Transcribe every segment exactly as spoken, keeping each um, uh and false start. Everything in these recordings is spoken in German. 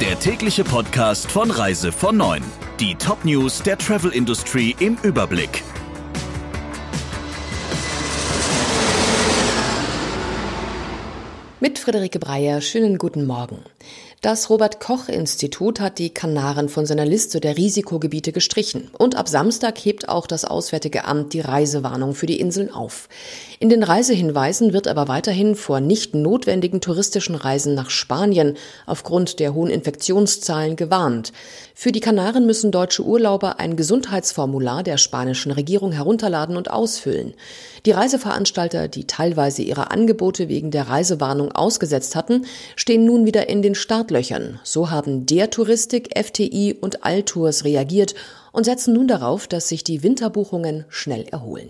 Der tägliche Podcast von Reise von neun. Die Top-News der Travel-Industrie im Überblick. Mit Friederike Breyer, schönen guten Morgen. Das Robert-Koch-Institut hat die Kanaren von seiner Liste der Risikogebiete gestrichen. Und ab Samstag hebt auch das Auswärtige Amt die Reisewarnung für die Inseln auf. In den Reisehinweisen wird aber weiterhin vor nicht notwendigen touristischen Reisen nach Spanien aufgrund der hohen Infektionszahlen gewarnt. Für die Kanaren müssen deutsche Urlauber ein Gesundheitsformular der spanischen Regierung herunterladen und ausfüllen. Die Reiseveranstalter, die teilweise ihre Angebote wegen der Reisewarnung ausgesetzt hatten, stehen nun wieder in den Startlöchern. So haben der Touristik, F T I und Alltours reagiert und setzen nun darauf, dass sich die Winterbuchungen schnell erholen.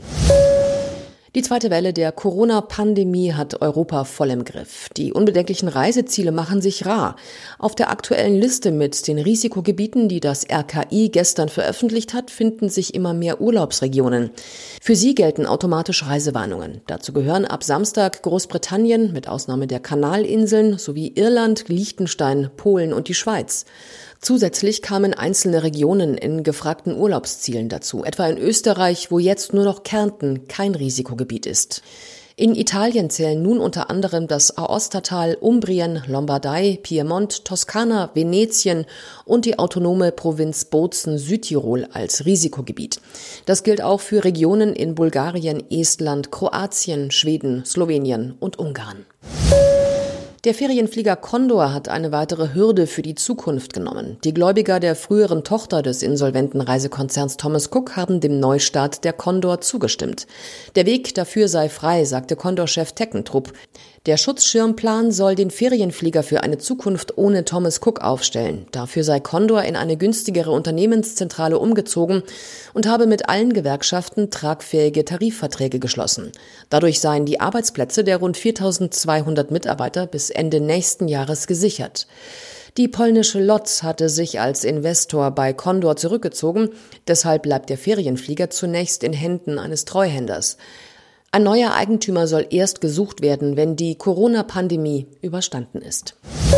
Die zweite Welle der Corona-Pandemie hat Europa voll im Griff. Die unbedenklichen Reiseziele machen sich rar. Auf der aktuellen Liste mit den Risikogebieten, die das R K I gestern veröffentlicht hat, finden sich immer mehr Urlaubsregionen. Für sie gelten automatisch Reisewarnungen. Dazu gehören ab Samstag Großbritannien mit Ausnahme der Kanalinseln sowie Irland, Liechtenstein, Polen und die Schweiz. Zusätzlich kamen einzelne Regionen in gefragten Urlaubszielen dazu, etwa in Österreich, wo jetzt nur noch Kärnten kein Risikogebiet ist. In Italien zählen nun unter anderem das Aostatal, Umbrien, Lombardei, Piemont, Toskana, Venetien und die autonome Provinz Bozen-Südtirol als Risikogebiet. Das gilt auch für Regionen in Bulgarien, Estland, Kroatien, Schweden, Slowenien und Ungarn. Der Ferienflieger Condor hat eine weitere Hürde für die Zukunft genommen. Die Gläubiger der früheren Tochter des insolventen Reisekonzerns Thomas Cook haben dem Neustart der Condor zugestimmt. Der Weg dafür sei frei, sagte Condor-Chef Teckentrup. Der Schutzschirmplan soll den Ferienflieger für eine Zukunft ohne Thomas Cook aufstellen. Dafür sei Condor in eine günstigere Unternehmenszentrale umgezogen und habe mit allen Gewerkschaften tragfähige Tarifverträge geschlossen. Dadurch seien die Arbeitsplätze der rund viertausendzweihundert Mitarbeiter bis Ende nächsten Jahres gesichert. Die polnische L O T hatte sich als Investor bei Condor zurückgezogen. Deshalb bleibt der Ferienflieger zunächst in Händen eines Treuhänders. Ein neuer Eigentümer soll erst gesucht werden, wenn die Corona-Pandemie überstanden ist.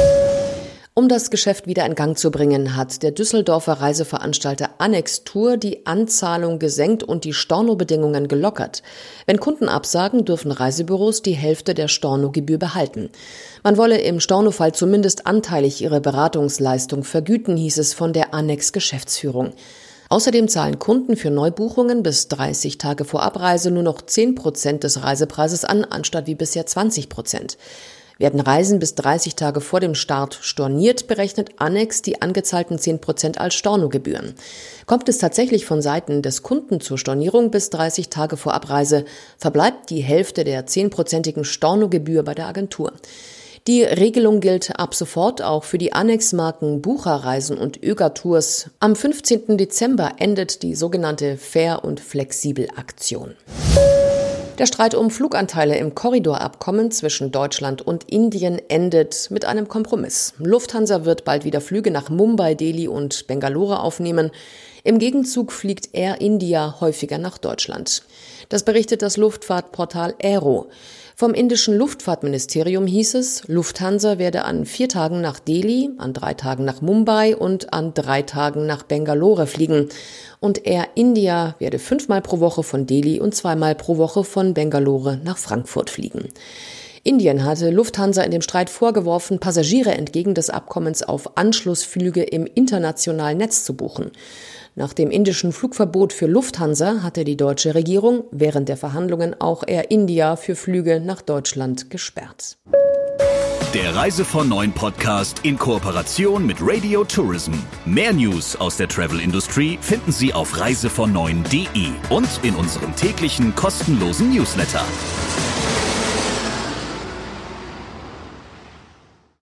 Um das Geschäft wieder in Gang zu bringen, hat der Düsseldorfer Reiseveranstalter Annex Tour die Anzahlung gesenkt und die Stornobedingungen gelockert. Wenn Kunden absagen, dürfen Reisebüros die Hälfte der Stornogebühr behalten. Man wolle im Stornofall zumindest anteilig ihre Beratungsleistung vergüten, hieß es von der Annex-Geschäftsführung. Außerdem zahlen Kunden für Neubuchungen bis dreißig Tage vor Abreise nur noch zehn Prozent des Reisepreises an, anstatt wie bisher zwanzig Prozent. Werden Reisen bis dreißig Tage vor dem Start storniert, berechnet Annex die angezahlten zehn Prozent als Stornogebühren. Kommt es tatsächlich von Seiten des Kunden zur Stornierung bis dreißig Tage vor Abreise, verbleibt die Hälfte der zehnprozentigen Stornogebühr bei der Agentur. Die Regelung gilt ab sofort auch für die Annex-Marken Bucherreisen und Öger-Tours. Am fünfzehnten Dezember endet die sogenannte Fair- und Flexibel-Aktion. Der Streit um Fluganteile im Korridorabkommen zwischen Deutschland und Indien endet mit einem Kompromiss. Lufthansa wird bald wieder Flüge nach Mumbai, Delhi und Bangalore aufnehmen. Im Gegenzug fliegt Air India häufiger nach Deutschland. Das berichtet das Luftfahrtportal Aero. Vom indischen Luftfahrtministerium hieß es, Lufthansa werde an vier Tagen nach Delhi, an drei Tagen nach Mumbai und an drei Tagen nach Bangalore fliegen. Und Air India werde fünfmal pro Woche von Delhi und zweimal pro Woche von Bangalore nach Frankfurt fliegen. Indien hatte Lufthansa in dem Streit vorgeworfen, Passagiere entgegen des Abkommens auf Anschlussflüge im internationalen Netz zu buchen. Nach dem indischen Flugverbot für Lufthansa hatte die deutsche Regierung während der Verhandlungen auch Air India für Flüge nach Deutschland gesperrt. Der Reise von neun Podcast in Kooperation mit Radio Tourism. Mehr News aus der Travel-Industrie finden Sie auf reise von neun punkt de und in unserem täglichen kostenlosen Newsletter.